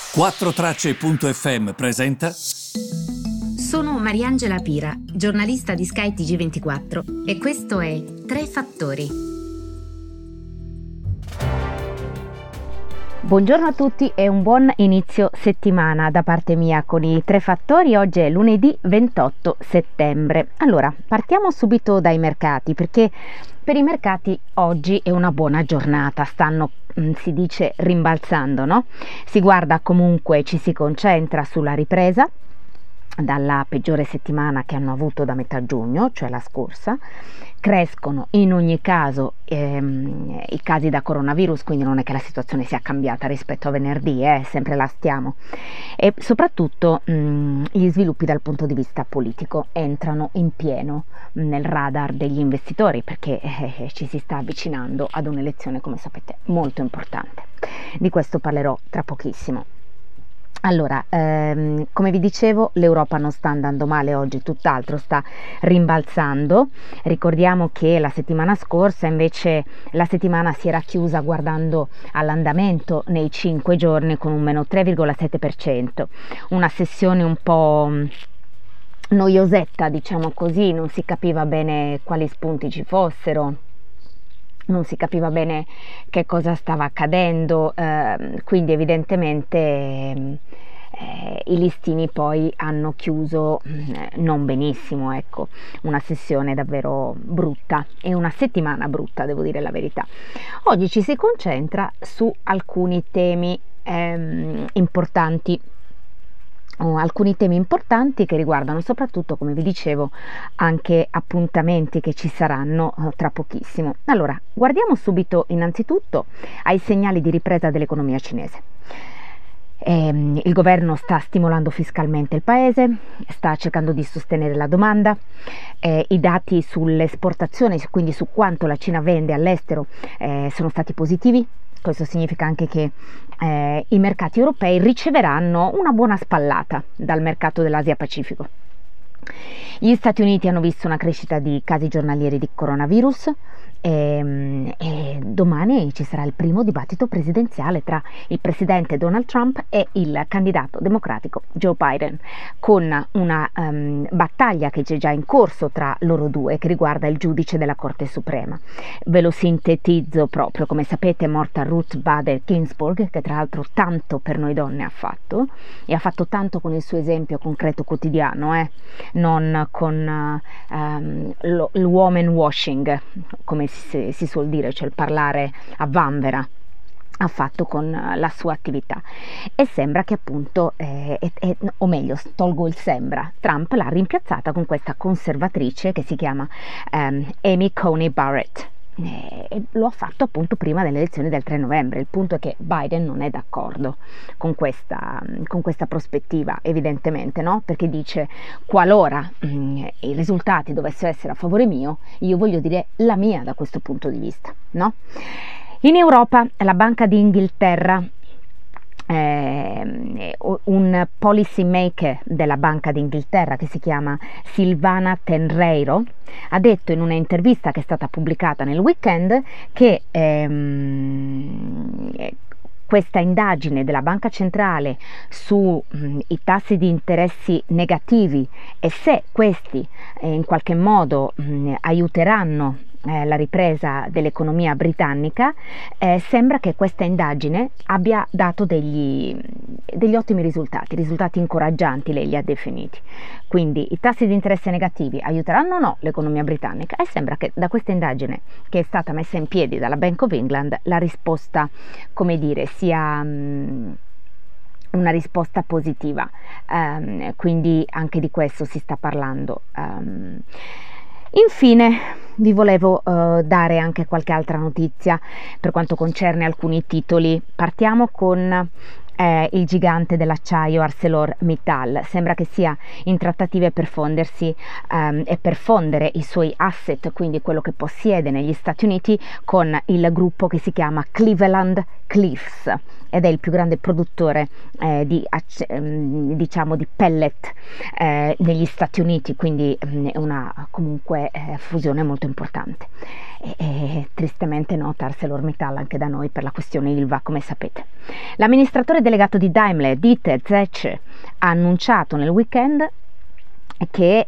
4Tracce.fm presenta. Sono Mariangela Pira, giornalista di Sky TG24 e questo è Tre Fattori. Buongiorno a tutti e un buon inizio settimana da parte mia con i Tre Fattori. Oggi è lunedì 28 settembre. Allora, partiamo subito dai mercati, perché per i mercati oggi è una buona giornata, stanno, si dice, rimbalzando, no? Si guarda comunque, ci si concentra sulla ripresa dalla peggiore settimana che hanno avuto da metà giugno, cioè la scorsa. Crescono in ogni caso i casi da coronavirus, quindi non è che la situazione sia cambiata rispetto a venerdì, sempre la stiamo, e soprattutto gli sviluppi dal punto di vista politico entrano in pieno nel radar degli investitori, perché ci si sta avvicinando ad un'elezione, come sapete, molto importante. Di questo parlerò tra pochissimo. Allora, come vi dicevo, l'Europa non sta andando male oggi, tutt'altro, sta rimbalzando. Ricordiamo che la settimana scorsa invece la settimana si era chiusa guardando all'andamento nei 5 giorni con un meno 3,7%, una sessione un po' noiosetta, diciamo così, non si capiva bene quali spunti ci fossero. Non si capiva bene che cosa stava accadendo, quindi evidentemente i listini poi hanno chiuso non benissimo, ecco, una sessione davvero brutta e una settimana brutta, devo dire la verità. Oggi ci si concentra su alcuni temi importanti. Alcuni temi importanti che riguardano soprattutto, come vi dicevo, anche appuntamenti che ci saranno tra pochissimo. Allora, guardiamo subito innanzitutto ai segnali di ripresa dell'economia cinese. Il governo sta stimolando fiscalmente il paese, sta cercando di sostenere la domanda, i dati sull'esportazione, quindi su quanto la Cina vende all'estero, sono stati positivi. Questo significa anche che i mercati europei riceveranno una buona spallata dal mercato dell'Asia Pacifico. Gli Stati Uniti hanno visto una crescita di casi giornalieri di coronavirus e domani ci sarà il primo dibattito presidenziale tra il presidente Donald Trump e il candidato democratico Joe Biden, con una battaglia che c'è già in corso tra loro due, che riguarda il giudice della Corte Suprema. Ve lo sintetizzo proprio: come sapete, è morta Ruth Bader Ginsburg, che tra l'altro tanto per noi donne ha fatto, e ha fatto tanto con il suo esempio concreto quotidiano, non con il woman washing, come si suol dire, cioè il parlare a vanvera. Ha fatto con la sua attività, e sembra che appunto, o meglio, tolgo il sembra, Trump l'ha rimpiazzata con questa conservatrice che si chiama Amy Coney Barrett. E lo ha fatto appunto prima delle elezioni del 3 novembre. Il punto è che Biden non è d'accordo con questa prospettiva, evidentemente, no? Perché dice: qualora i risultati dovessero essere a favore mio, io voglio dire la mia da questo punto di vista, no? In Europa la Banca d'Inghilterra, un policy maker della Banca d'Inghilterra che si chiama Silvana Tenreiro, ha detto in una intervista che è stata pubblicata nel weekend che questa indagine della Banca Centrale sui tassi di interessi negativi e se questi in qualche modo aiuteranno la ripresa dell'economia britannica, sembra che questa indagine abbia dato degli ottimi risultati incoraggianti, lei li ha definiti. Quindi i tassi di interesse negativi aiuteranno o no l'economia britannica? E sembra che da questa indagine, che è stata messa in piedi dalla Bank of England, la risposta, come dire, sia una risposta positiva, quindi anche di questo si sta parlando. Infine vi volevo dare anche qualche altra notizia per quanto concerne alcuni titoli. Partiamo con il gigante dell'acciaio ArcelorMittal. Sembra che sia in trattative per fondersi e per fondere i suoi asset, quindi quello che possiede negli Stati Uniti, con il gruppo che si chiama Cleveland Cliffs. ed è il più grande produttore di pellet negli Stati Uniti, quindi è una comunque fusione molto importante. E tristemente nota ArcelorMittal anche da noi per la questione Ilva, come sapete. L'amministratore delegato di Daimler, Dieter Zetsche, ha annunciato nel weekend che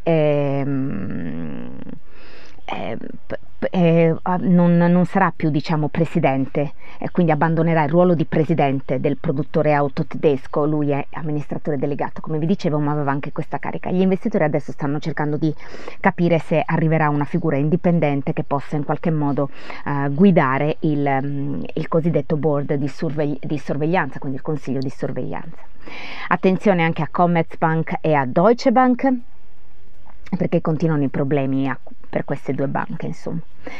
non sarà più presidente, quindi abbandonerà il ruolo di presidente del produttore auto tedesco. Lui è amministratore delegato, come vi dicevo, ma aveva anche questa carica. Gli investitori adesso stanno cercando di capire se arriverà una figura indipendente che possa in qualche modo guidare il cosiddetto board di sorveglianza, quindi il consiglio di sorveglianza. Attenzione anche a Commerzbank e a Deutsche Bank, perché continuano i problemi per queste due banche, insomma.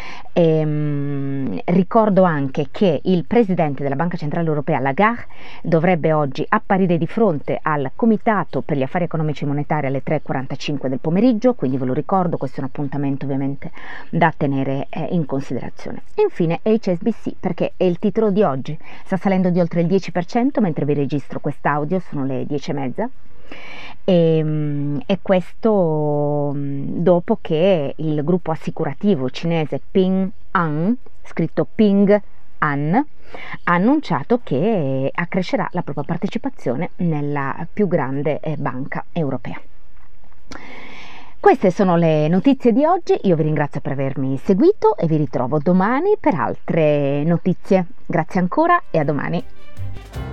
Ricordo anche che il presidente della Banca Centrale Europea, Lagarde, dovrebbe oggi apparire di fronte al Comitato per gli Affari Economici e Monetari alle 3:45 del pomeriggio, quindi ve lo ricordo, questo è un appuntamento ovviamente da tenere in considerazione. E infine HSBC, perché è il titolo di oggi, sta salendo di oltre il 10%, mentre vi registro quest'audio, sono le 10:30. E questo dopo che il gruppo assicurativo cinese Ping An, scritto Ping An, ha annunciato che accrescerà la propria partecipazione nella più grande banca europea. Queste sono le notizie di oggi, io vi ringrazio per avermi seguito e vi ritrovo domani per altre notizie. Grazie ancora e a domani.